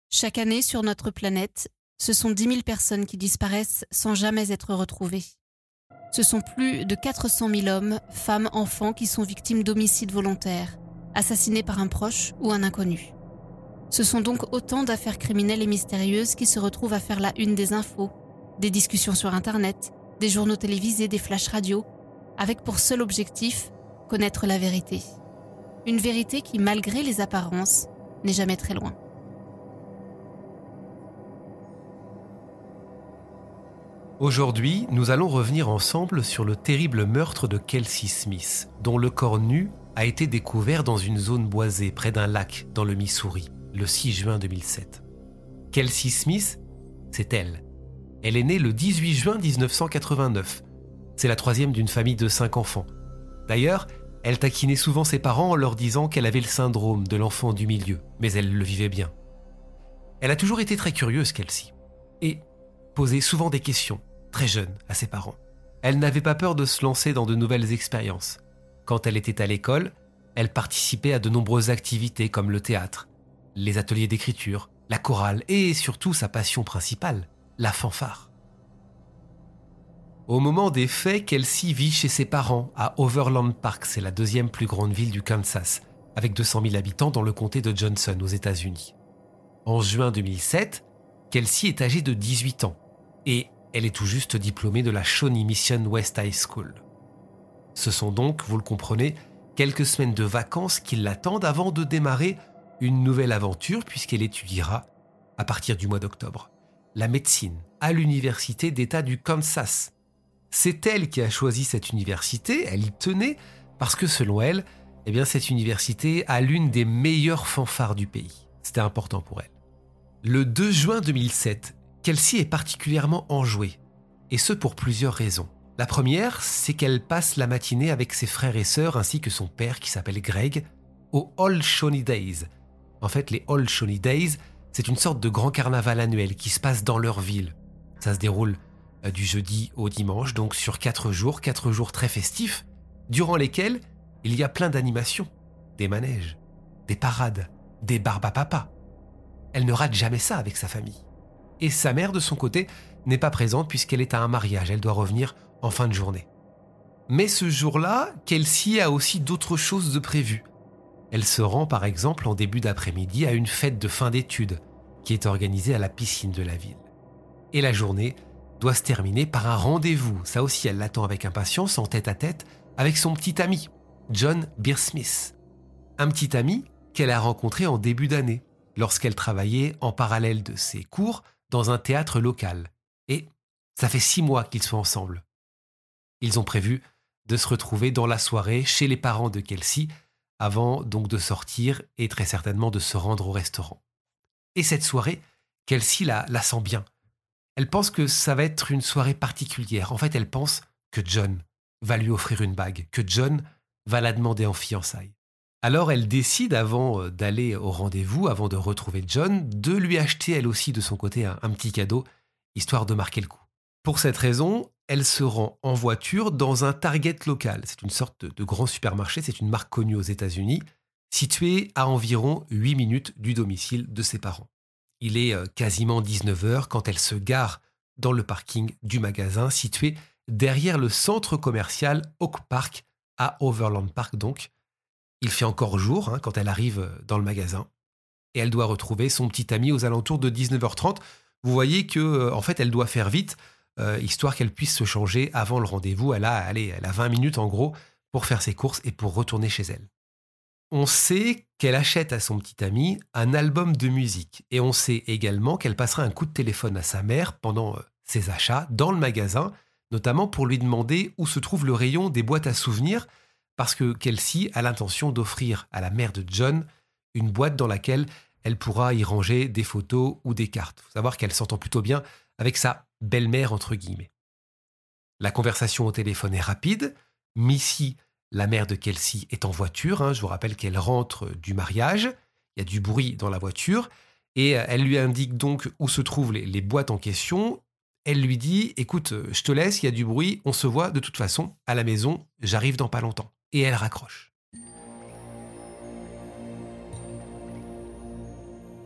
Chaque année, sur notre planète, ce sont 10 000 personnes qui disparaissent sans jamais être retrouvées. Ce sont plus de 400 000 hommes, femmes, enfants qui sont victimes d'homicides volontaires, assassinés par un proche ou un inconnu. Ce sont donc autant d'affaires criminelles et mystérieuses qui se retrouvent à faire la une des infos, des discussions sur Internet, des journaux télévisés, des flashs radio, avec pour seul objectif connaître la vérité. Une vérité qui, malgré les apparences, n'est jamais très loin. Aujourd'hui, nous allons revenir ensemble sur le terrible meurtre de Kelsey Smith, dont le corps nu a été découvert dans une zone boisée près d'un lac dans le Missouri, le 6 juin 2007. Kelsey Smith, c'est elle. Elle est née le 18 juin 1989. C'est la troisième d'une famille de 5 enfants. D'ailleurs, elle taquinait souvent ses parents en leur disant qu'elle avait le syndrome de l'enfant du milieu, mais elle le vivait bien. Elle a toujours été très curieuse, Kelsey, et posait souvent des questions, très jeune, à ses parents. Elle n'avait pas peur de se lancer dans de nouvelles expériences. Quand elle était à l'école, elle participait à de nombreuses activités comme le théâtre, les ateliers d'écriture, la chorale et surtout sa passion principale, la fanfare. Au moment des faits, Kelsey vit chez ses parents à Overland Park, c'est la deuxième plus grande ville du Kansas, avec 200 000 habitants dans le comté de Johnson aux États-Unis. En juin 2007, Kelsey est âgée de 18 ans et elle est tout juste diplômée de la Shawnee Mission West High School. Ce sont donc, vous le comprenez, quelques semaines de vacances qui l'attendent avant de démarrer une nouvelle aventure puisqu'elle étudiera, à partir du mois d'octobre, la médecine à l'université d'État du Kansas. C'est elle qui a choisi cette université, elle y tenait, parce que selon elle, cette université a l'une des meilleures fanfares du pays. C'était important pour elle. Le 2 juin 2007, Kelsey est particulièrement enjouée, et ce pour plusieurs raisons. La première, c'est qu'elle passe la matinée avec ses frères et sœurs ainsi que son père qui s'appelle Greg aux Old Shawnee Days. En fait, les Old Shawnee Days, c'est une sorte de grand carnaval annuel qui se passe dans leur ville. Ça se déroule du jeudi au dimanche, donc sur 4 jours très festifs, durant lesquels il y a plein d'animations, des manèges, des parades, des barbes à papa. Elle ne rate jamais ça avec sa famille. Et sa mère, de son côté, n'est pas présente puisqu'elle est à un mariage. Elle doit revenir en fin de journée. Mais ce jour-là, Kelsey a aussi d'autres choses de prévues. Elle se rend par exemple en début d'après-midi à une fête de fin d'études qui est organisée à la piscine de la ville. Et la journée doit se terminer par un rendez-vous. Ça aussi, elle l'attend avec impatience, en tête-à-tête, avec son petit ami, John Beersmith. Un petit ami qu'elle a rencontré en début d'année, lorsqu'elle travaillait en parallèle de ses cours dans un théâtre local. Et ça fait 6 mois qu'ils sont ensemble. Ils ont prévu de se retrouver dans la soirée chez les parents de Kelsey, avant donc de sortir et très certainement de se rendre au restaurant. Et cette soirée, Kelsey la sent bien. Elle pense que ça va être une soirée particulière. En fait, elle pense que John va lui offrir une bague, que John va la demander en fiançailles. Alors elle décide, avant d'aller au rendez-vous, avant de retrouver John, de lui acheter elle aussi de son côté un petit cadeau, histoire de marquer le coup. Pour cette raison, elle se rend en voiture dans un Target local. C'est une sorte de grand supermarché, c'est une marque connue aux États-Unis, située à environ 8 minutes du domicile de ses parents. Il est quasiment 19h quand elle se gare dans le parking du magasin situé derrière le centre commercial Oak Park à Overland Park donc. Il fait encore jour quand elle arrive dans le magasin et elle doit retrouver son petit ami aux alentours de 19h30. Vous voyez que en fait, elle doit faire vite, histoire qu'elle puisse se changer avant le rendez-vous. Elle a 20 minutes en gros pour faire ses courses et pour retourner chez elle. On sait qu'elle achète à son petit ami un album de musique et on sait également qu'elle passera un coup de téléphone à sa mère pendant ses achats dans le magasin, notamment pour lui demander où se trouve le rayon des boîtes à souvenirs, parce que Kelsey a l'intention d'offrir à la mère de John une boîte dans laquelle elle pourra y ranger des photos ou des cartes. Il faut savoir qu'elle s'entend plutôt bien avec sa belle-mère, entre guillemets. La conversation au téléphone est rapide. Missy, la mère de Kelsey, est en voiture. Je vous rappelle qu'elle rentre du mariage. Il y a du bruit dans la voiture. Et elle lui indique donc où se trouvent les boîtes en question. Elle lui dit « Écoute, je te laisse, il y a du bruit, on se voit de toute façon à la maison, j'arrive dans pas longtemps. » Et elle raccroche.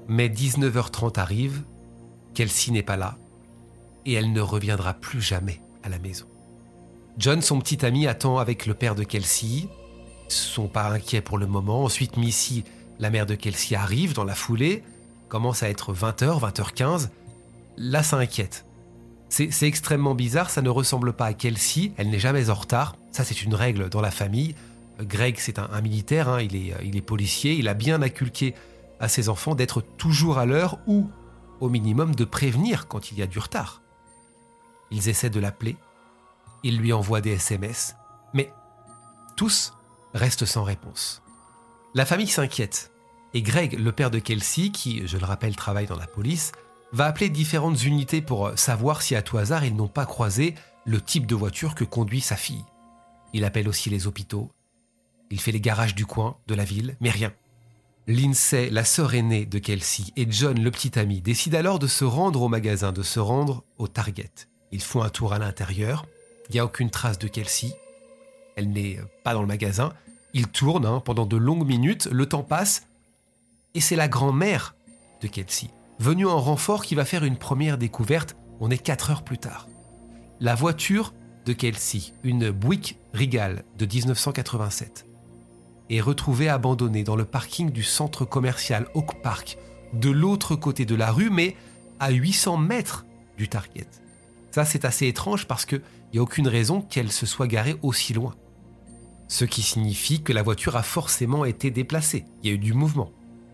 Mais 19h30 arrive, Kelsey n'est pas là et elle ne reviendra plus jamais à la maison. John, son petit ami, attend avec le père de Kelsey. Ils ne sont pas inquiets pour le moment. Ensuite, Missy, la mère de Kelsey, arrive dans la foulée. Commence à être 20h, 20h15. Là, ça inquiète. C'est extrêmement bizarre, ça ne ressemble pas à Kelsey. Elle n'est jamais en retard. Ça, c'est une règle dans la famille. Greg, c'est un militaire, hein, il est policier. Il a bien inculqué à ses enfants d'être toujours à l'heure ou, au minimum, de prévenir quand il y a du retard. Ils essaient de l'appeler. Ils lui envoient des SMS. Mais tous restent sans réponse. La famille s'inquiète. Et Greg, le père de Kelsey, qui, je le rappelle, travaille dans la police, va appeler différentes unités pour savoir si à tout hasard ils n'ont pas croisé le type de voiture que conduit sa fille. Il appelle aussi les hôpitaux. Il fait les garages du coin, de la ville, mais rien. Lindsay, la sœur aînée de Kelsey, et John, le petit ami, décident alors de se rendre au magasin, de se rendre au Target. Ils font un tour à l'intérieur. Il n'y a aucune trace de Kelsey. Elle n'est pas dans le magasin. Ils tournent pendant de longues minutes. Le temps passe. Et c'est la grand-mère de Kelsey, venue en renfort, qui va faire une première découverte. On est 4 heures plus tard. La voiture de Kelsey, une Buick Regal de 1987, est retrouvée abandonnée dans le parking du centre commercial Oak Park, de l'autre côté de la rue, mais à 800 mètres du Target. Ça, c'est assez étrange parce qu'il n'y a aucune raison qu'elle se soit garée aussi loin. Ce qui signifie que la voiture a forcément été déplacée. Il y a eu du mouvement.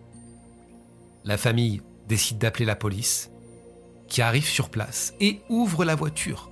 La famille décide d'appeler la police, qui arrive sur place et ouvre la voiture.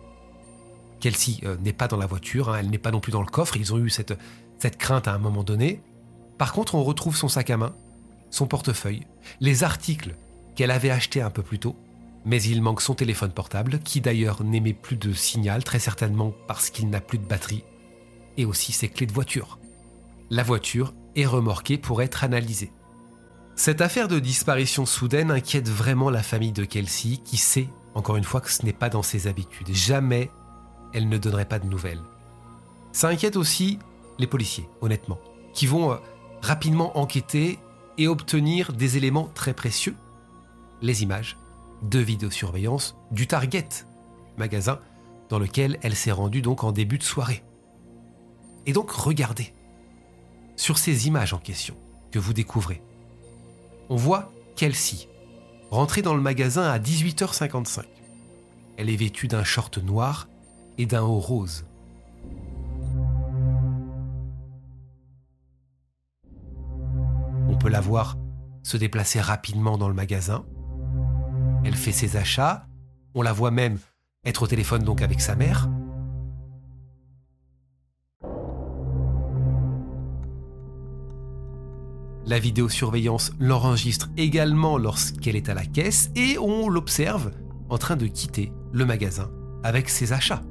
Kelsey n'est pas dans la voiture, elle n'est pas non plus dans le coffre. Ils ont eu cette crainte à un moment donné. Par contre, on retrouve son sac à main, son portefeuille, les articles qu'elle avait achetés un peu plus tôt. Mais il manque son téléphone portable, qui d'ailleurs n'émet plus de signal, très certainement parce qu'il n'a plus de batterie, et aussi ses clés de voiture. La voiture est remorquée pour être analysée. Cette affaire de disparition soudaine inquiète vraiment la famille de Kelsey, qui sait, encore une fois, que ce n'est pas dans ses habitudes. Jamais elle ne donnerait pas de nouvelles. Ça inquiète aussi les policiers, honnêtement, qui vont rapidement enquêter et obtenir des éléments très précieux. Les images de vidéosurveillance du Target, magasin dans lequel elle s'est rendue donc en début de soirée. Et donc regardez, sur ces images en question que vous découvrez, on voit Kelsey rentrer dans le magasin à 18h55. Elle est vêtue d'un short noir et d'un haut rose. On peut la voir se déplacer rapidement dans le magasin. Elle fait ses achats. On la voit même être au téléphone donc avec sa mère. La vidéosurveillance l'enregistre également lorsqu'elle est à la caisse et on l'observe en train de quitter le magasin avec ses achats.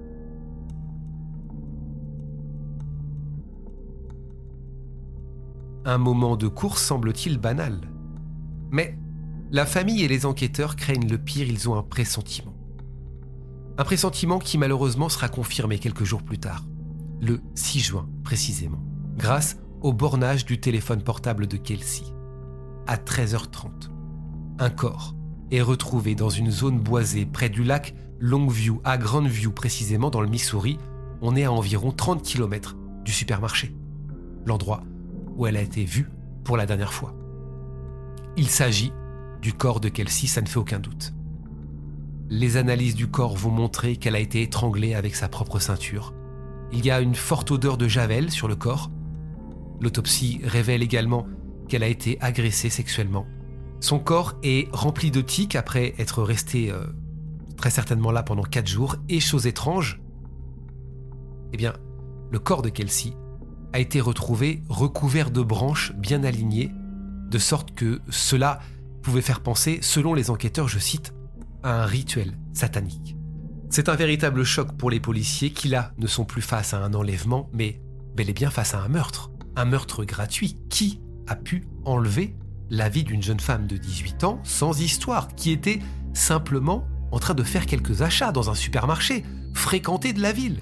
Un moment de course semble-t-il banal. Mais la famille et les enquêteurs craignent le pire, ils ont un pressentiment. Un pressentiment qui malheureusement sera confirmé quelques jours plus tard, le 6 juin précisément, grâce au bornage du téléphone portable de Kelsey. À 13h30, un corps est retrouvé dans une zone boisée près du lac Longview, à Grandview précisément dans le Missouri. On est à environ 30 km du supermarché, l'endroit où elle a été vue pour la dernière fois. Il s'agit du corps de Kelsey, ça ne fait aucun doute. Les analyses du corps vont montrer qu'elle a été étranglée avec sa propre ceinture. Il y a une forte odeur de javel sur le corps. L'autopsie révèle également qu'elle a été agressée sexuellement. Son corps est rempli de tiques après être resté très certainement là pendant 4 jours. Et chose étrange, eh bien, le corps de Kelsey a été retrouvé recouvert de branches bien alignées, de sorte que cela pouvait faire penser, selon les enquêteurs, je cite, à un rituel satanique. C'est un véritable choc pour les policiers qui là ne sont plus face à un enlèvement, mais bel et bien face à un meurtre gratuit. Qui a pu enlever la vie d'une jeune femme de 18 ans sans histoire, qui était simplement en train de faire quelques achats dans un supermarché fréquenté de la ville?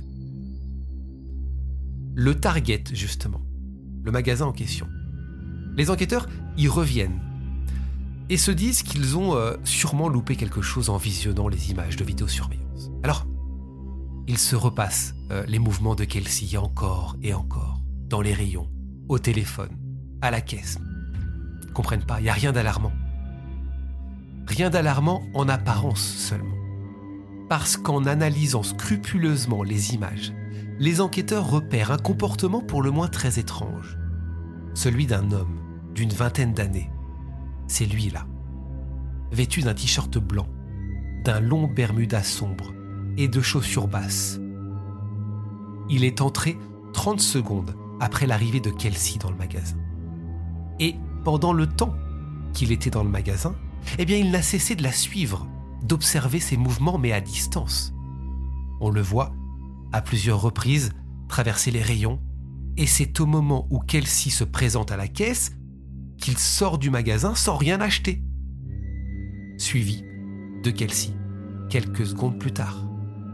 Le Target, justement, le magasin en question. Les enquêteurs y reviennent. et se disent qu'ils ont sûrement loupé quelque chose en visionnant les images de vidéosurveillance. Alors, ils se repassent les mouvements de Kelsey encore et encore, dans les rayons, au téléphone, à la caisse. Ils ne comprennent pas, il n'y a rien d'alarmant. Rien d'alarmant en apparence seulement. Parce qu'en analysant scrupuleusement les images, les enquêteurs repèrent un comportement pour le moins très étrange. Celui d'un homme d'une vingtaine d'années. C'est lui là, vêtu d'un t-shirt blanc, d'un long bermuda sombre et de chaussures basses. Il est entré 30 secondes après l'arrivée de Kelsey dans le magasin. Et pendant le temps qu'il était dans le magasin, il n'a cessé de la suivre, d'observer ses mouvements mais à distance. On le voit à plusieurs reprises traverser les rayons et c'est au moment où Kelsey se présente à la caisse qu'il sort du magasin sans rien acheter. Suivi de Kelsey quelques secondes plus tard.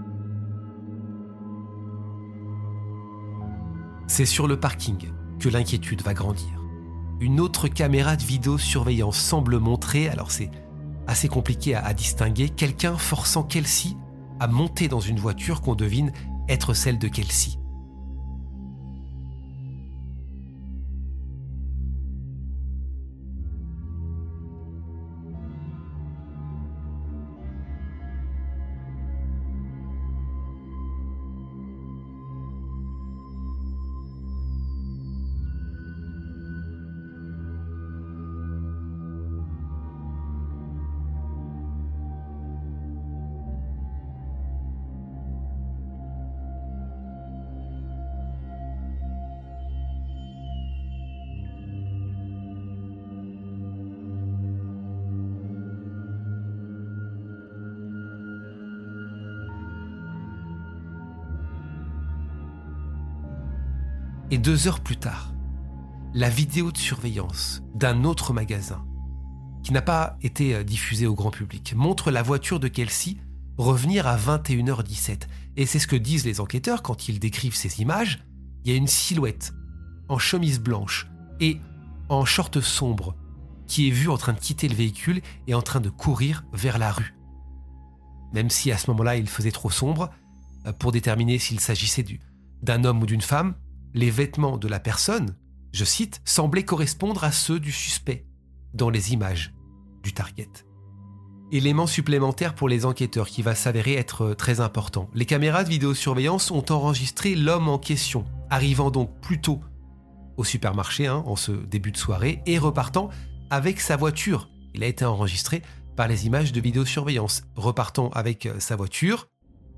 C'est sur le parking que l'inquiétude va grandir. Une autre caméra de vidéosurveillance semble montrer, alors c'est assez compliqué à distinguer, quelqu'un forçant Kelsey à monter dans une voiture qu'on devine être celle de Kelsey. Et 2 heures plus tard, la vidéo de surveillance d'un autre magasin, qui n'a pas été diffusée au grand public, montre la voiture de Kelsey revenir à 21h17. Et c'est ce que disent les enquêteurs quand ils décrivent ces images. Il y a une silhouette en chemise blanche et en short sombre qui est vue en train de quitter le véhicule et en train de courir vers la rue. Même si à ce moment-là, il faisait trop sombre, pour déterminer s'il s'agissait d'un homme ou d'une femme, les vêtements de la personne, je cite, semblaient correspondre à ceux du suspect dans les images du target. Élément supplémentaire pour les enquêteurs qui va s'avérer être très important. Les caméras de vidéosurveillance ont enregistré l'homme en question, arrivant donc plus tôt au supermarché en ce début de soirée et repartant avec sa voiture. Il a été enregistré par les images de vidéosurveillance, repartant avec sa voiture,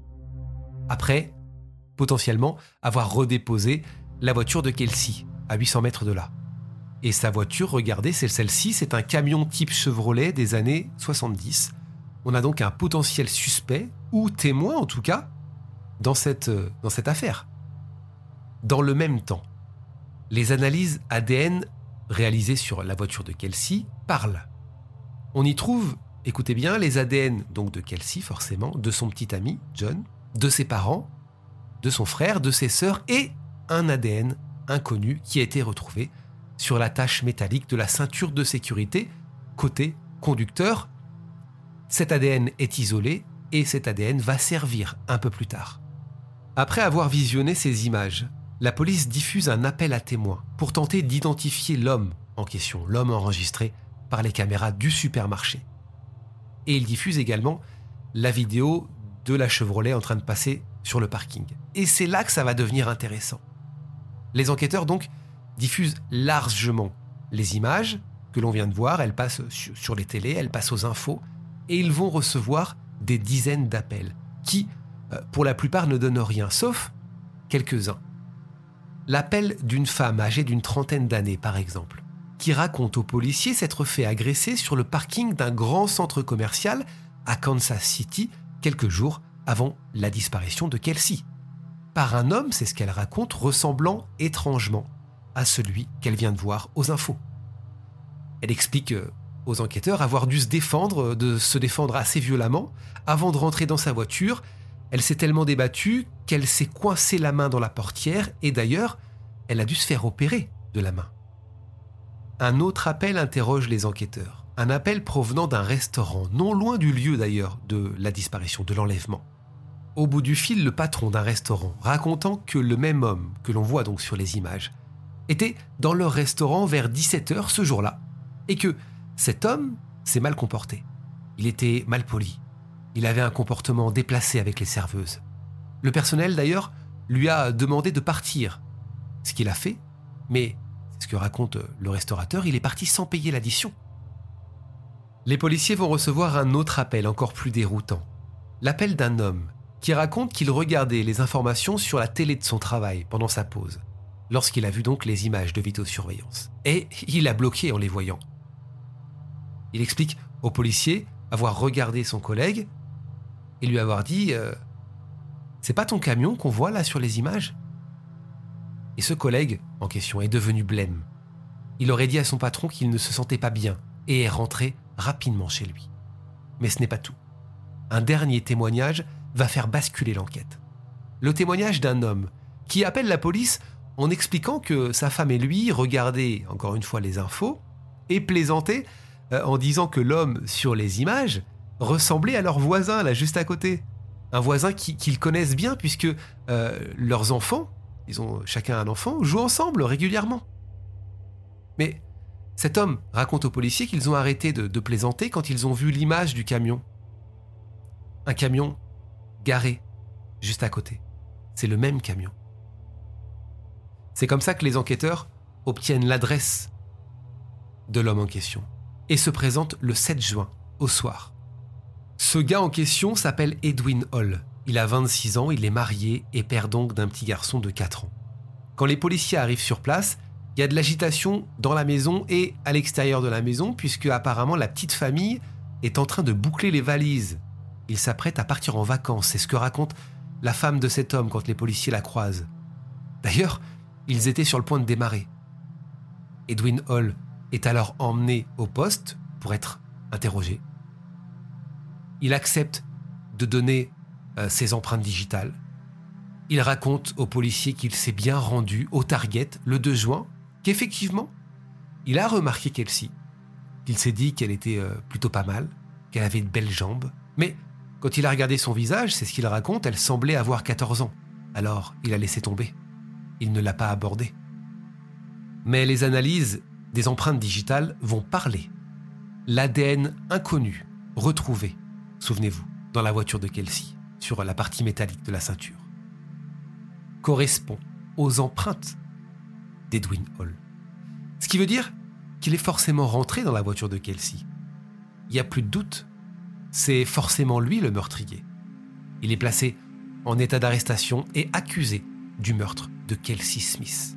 après potentiellement avoir redéposé la voiture de Kelsey à 800 mètres de là. Et sa voiture, regardez, c'est celle-ci, c'est un camion type Chevrolet des années 70. On a donc un potentiel suspect, ou témoin en tout cas, dans cette affaire. Dans le même temps, les analyses ADN réalisées sur la voiture de Kelsey parlent. On y trouve, écoutez bien, les ADN donc de Kelsey forcément, de son petit ami, John, de ses parents, de son frère, de ses sœurs et un ADN inconnu qui a été retrouvé sur l'attache métallique de la ceinture de sécurité côté conducteur. Cet ADN est isolé et cet ADN va servir un peu plus tard. Après avoir visionné ces images, la police diffuse un appel à témoins pour tenter d'identifier l'homme en question, l'homme enregistré par les caméras du supermarché. Et il diffuse également la vidéo de la Chevrolet en train de passer sur le parking. Et c'est là que ça va devenir intéressant. Les enquêteurs donc diffusent largement les images que l'on vient de voir, elles passent sur les télés, elles passent aux infos, et ils vont recevoir des dizaines d'appels qui, pour la plupart, ne donnent rien, sauf quelques-uns. L'appel d'une femme âgée d'une trentaine d'années, par exemple, qui raconte aux policiers s'être fait agresser sur le parking d'un grand centre commercial à Kansas City quelques jours avant la disparition de Kelsey. Par un homme, c'est ce qu'elle raconte, ressemblant étrangement à celui qu'elle vient de voir aux infos. Elle explique aux enquêteurs avoir dû de se défendre assez violemment. Avant de rentrer dans sa voiture, elle s'est tellement débattue qu'elle s'est coincée la main dans la portière et d'ailleurs, elle a dû se faire opérer de la main. Un autre appel interroge les enquêteurs. un appel provenant d'un restaurant, non loin du lieu d'ailleurs de la disparition, de l'enlèvement. Au bout du fil, le patron d'un restaurant racontant que le même homme, que l'on voit donc sur les images, était dans leur restaurant vers 17h ce jour-là, et que cet homme s'est mal comporté. Il était mal poli. Il avait un comportement déplacé avec les serveuses. Le personnel d'ailleurs lui a demandé de partir, ce qu'il a fait, mais c'est ce que raconte le restaurateur, il est parti sans payer l'addition. Les policiers vont recevoir un autre appel encore plus déroutant. L'appel d'un homme qui raconte qu'il regardait les informations sur la télé de son travail pendant sa pause, lorsqu'il a vu donc les images de vidéosurveillance. Et il a bloqué en les voyant. Il explique aux policiers avoir regardé son collègue et lui avoir dit « C'est pas ton camion qu'on voit là sur les images ?» Et ce collègue en question est devenu blême. Il aurait dit à son patron qu'il ne se sentait pas bien et est rentré rapidement chez lui. Mais ce n'est pas tout. Un dernier témoignage va faire basculer l'enquête. Le témoignage d'un homme qui appelle la police en expliquant que sa femme et lui regardaient encore une fois les infos et plaisantaient en disant que l'homme sur les images ressemblait à leur voisin là juste à côté. Un voisin qu'ils connaissent bien puisque leurs enfants, ils ont chacun un enfant, jouent ensemble régulièrement. Mais cet homme raconte aux policiers qu'ils ont arrêté de plaisanter quand ils ont vu l'image du camion. Un camion garé juste à côté. C'est le même camion. C'est comme ça que les enquêteurs obtiennent l'adresse de l'homme en question et se présentent le 7 juin, au soir. Ce gars en question s'appelle Edwin Hall. Il a 26 ans, il est marié et père donc d'un petit garçon de 4 ans. Quand les policiers arrivent sur place, il y a de l'agitation dans la maison et à l'extérieur de la maison puisque apparemment la petite famille est en train de boucler les valises. Ils s'apprêtent à partir en vacances, c'est ce que raconte la femme de cet homme quand les policiers la croisent. D'ailleurs, ils étaient sur le point de démarrer. Edwin Hall est alors emmené au poste pour être interrogé. Il accepte de donner ses empreintes digitales. Il raconte aux policiers qu'il s'est bien rendu au Target le 2 juin, qu'effectivement, il a remarqué Kelsey, qu'il s'est dit qu'elle était plutôt pas mal, qu'elle avait de belles jambes, mais quand il a regardé son visage, c'est ce qu'il raconte, elle semblait avoir 14 ans. Alors, il a laissé tomber. Il ne l'a pas abordée. Mais les analyses des empreintes digitales vont parler. L'ADN inconnu, retrouvé, souvenez-vous, dans la voiture de Kelsey, sur la partie métallique de la ceinture, correspond aux empreintes d'Edwin Hall. Ce qui veut dire qu'il est forcément rentré dans la voiture de Kelsey. Il n'y a plus de doute. C'est forcément lui le meurtrier. Il est placé en état d'arrestation et accusé du meurtre de Kelsey Smith.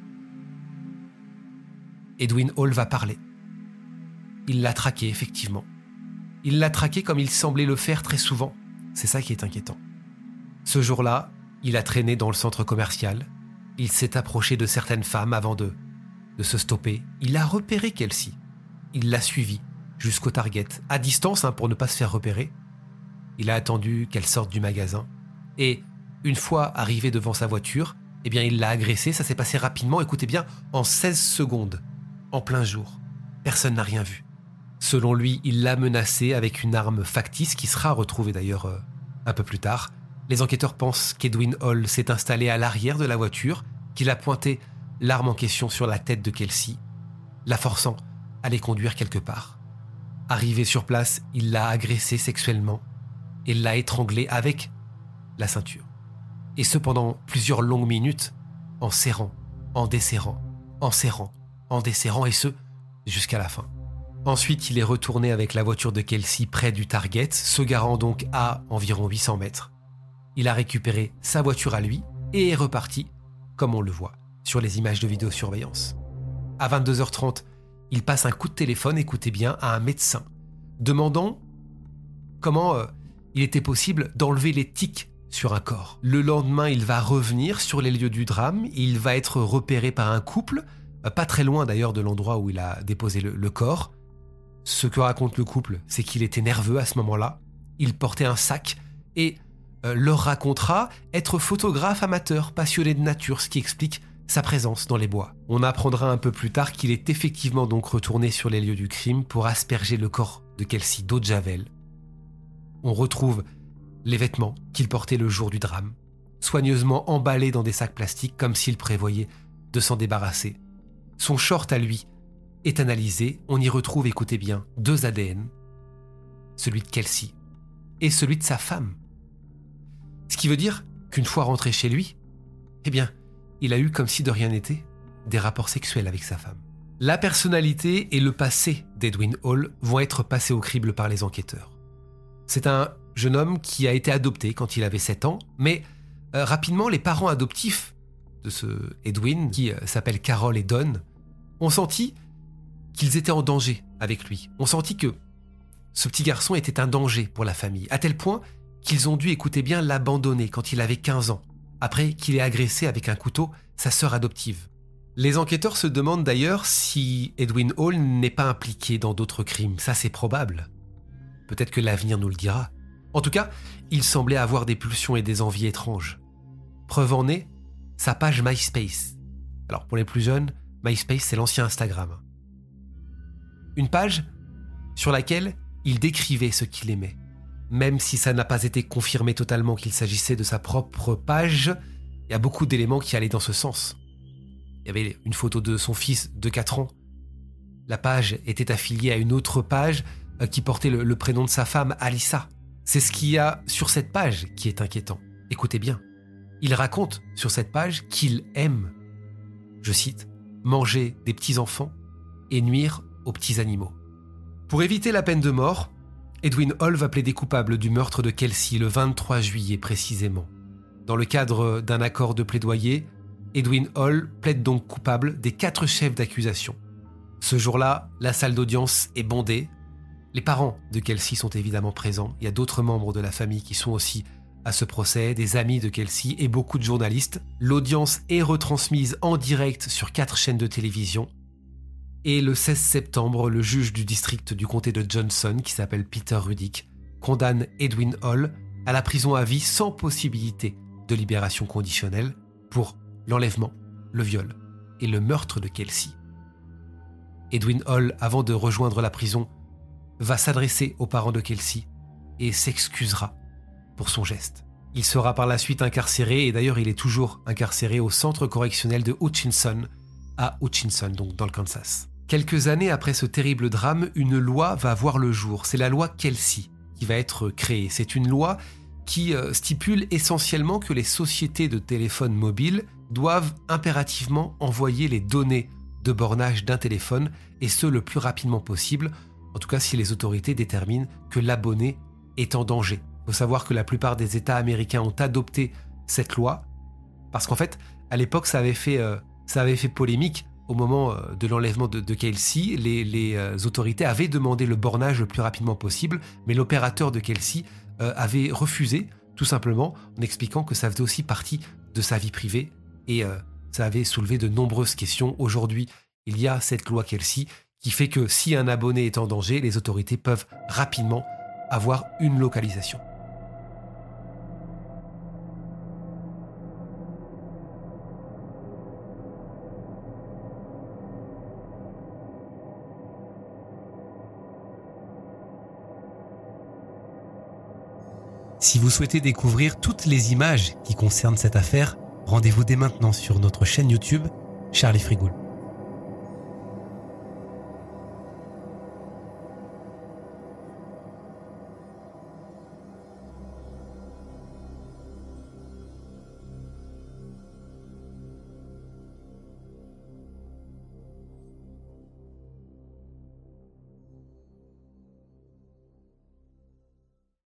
Edwin Hall va parler. Il l'a traqué, effectivement. Il l'a traqué comme il semblait le faire très souvent. C'est ça qui est inquiétant. Ce jour-là, il a traîné dans le centre commercial. Il s'est approché de certaines femmes avant de se stopper. Il a repéré Kelsey. Il l'a suivie jusqu'au Target, à distance pour ne pas se faire repérer. Il a attendu qu'elle sorte du magasin. Et une fois arrivé devant sa voiture, il l'a agressée. Ça s'est passé rapidement, écoutez bien, en 16 secondes, en plein jour. Personne n'a rien vu. Selon lui, il l'a menacée avec une arme factice qui sera retrouvée d'ailleurs un peu plus tard. Les enquêteurs pensent qu'Edwin Hall s'est installé à l'arrière de la voiture, qu'il a pointé l'arme en question sur la tête de Kelsey, la forçant à les conduire quelque part. Arrivé sur place, il l'a agressée sexuellement et l'a étranglée avec la ceinture. Et ce pendant plusieurs longues minutes, en serrant, en desserrant, en serrant, en desserrant, et ce, jusqu'à la fin. Ensuite, il est retourné avec la voiture de Kelsey près du Target, se garant donc à environ 800 mètres. Il a récupéré sa voiture à lui et est reparti, comme on le voit sur les images de vidéosurveillance. À 22h30, il passe un coup de téléphone, écoutez bien, à un médecin, demandant comment il était possible d'enlever les tiques sur un corps. Le lendemain, il va revenir sur les lieux du drame, il va être repéré par un couple, pas très loin d'ailleurs de l'endroit où il a déposé le corps. Ce que raconte le couple, c'est qu'il était nerveux à ce moment-là, il portait un sac et leur racontera être photographe amateur, passionné de nature, ce qui explique sa présence dans les bois. On apprendra un peu plus tard qu'il est effectivement donc retourné sur les lieux du crime pour asperger le corps de Kelsey d'eau de javel. On retrouve les vêtements qu'il portait le jour du drame, soigneusement emballés dans des sacs plastiques comme s'il prévoyait de s'en débarrasser. Son short à lui est analysé, on y retrouve, écoutez bien, 2 ADN, celui de Kelsey et celui de sa femme. Ce qui veut dire qu'une fois rentré chez lui, eh bien, il a eu, comme si de rien n'était, des rapports sexuels avec sa femme. La personnalité et le passé d'Edwin Hall vont être passés au crible par les enquêteurs. C'est un jeune homme qui a été adopté quand il avait 7 ans, mais rapidement, les parents adoptifs de ce Edwin, qui s'appellent Carol et Don, ont senti qu'ils étaient en danger avec lui. On sentit que ce petit garçon était un danger pour la famille, à tel point qu'ils ont dû, écouter bien, l'abandonner quand il avait 15 ans, après qu'il ait agressé avec un couteau sa sœur adoptive. Les enquêteurs se demandent d'ailleurs si Edwin Hall n'est pas impliqué dans d'autres crimes. Ça, c'est probable. Peut-être que l'avenir nous le dira. En tout cas, il semblait avoir des pulsions et des envies étranges. Preuve en est, sa page MySpace. Alors, pour les plus jeunes, MySpace, c'est l'ancien Instagram. Une page sur laquelle il décrivait ce qu'il aimait. Même si ça n'a pas été confirmé totalement qu'il s'agissait de sa propre page, il y a beaucoup d'éléments qui allaient dans ce sens. Il y avait une photo de son fils de 4 ans. La page était affiliée à une autre page qui portait le prénom de sa femme, Alyssa. C'est ce qu'il y a sur cette page qui est inquiétant. Écoutez bien. Il raconte sur cette page qu'il aime, je cite, « manger des petits-enfants et nuire aux petits animaux ». Pour éviter la peine de mort, Edwin Hall va plaider coupable du meurtre de Kelsey le 23 juillet précisément. Dans le cadre d'un accord de plaidoyer, Edwin Hall plaide donc coupable des 4 chefs d'accusation. Ce jour-là, la salle d'audience est bondée. Les parents de Kelsey sont évidemment présents. Il y a d'autres membres de la famille qui sont aussi à ce procès, des amis de Kelsey et beaucoup de journalistes. L'audience est retransmise en direct sur 4 chaînes de télévision. Et le 16 septembre, le juge du district du comté de Johnson, qui s'appelle Peter Rudick, condamne Edwin Hall à la prison à vie sans possibilité de libération conditionnelle pour l'enlèvement, le viol et le meurtre de Kelsey. Edwin Hall, avant de rejoindre la prison, va s'adresser aux parents de Kelsey et s'excusera pour son geste. Il sera par la suite incarcéré, et d'ailleurs il est toujours incarcéré au centre correctionnel de Hutchinson, à Hutchinson, donc dans le Kansas. Quelques années après ce terrible drame, une loi va voir le jour. C'est la loi Kelsey qui va être créée. C'est une loi qui stipule essentiellement que les sociétés de téléphones mobiles doivent impérativement envoyer les données de bornage d'un téléphone, et ce le plus rapidement possible, en tout cas si les autorités déterminent que l'abonné est en danger. Il faut savoir que la plupart des États américains ont adopté cette loi, parce qu'en fait, à l'époque, ça avait fait polémique. Au moment de l'enlèvement de Kelsey, les autorités avaient demandé le bornage le plus rapidement possible, mais l'opérateur de Kelsey avait refusé, tout simplement, en expliquant que ça faisait aussi partie de sa vie privée, et ça avait soulevé de nombreuses questions. Aujourd'hui, il y a cette loi Kelsey qui fait que si un abonné est en danger, les autorités peuvent rapidement avoir une localisation. Si vous souhaitez découvrir toutes les images qui concernent cette affaire, rendez-vous dès maintenant sur notre chaîne YouTube Charlie Frigoul.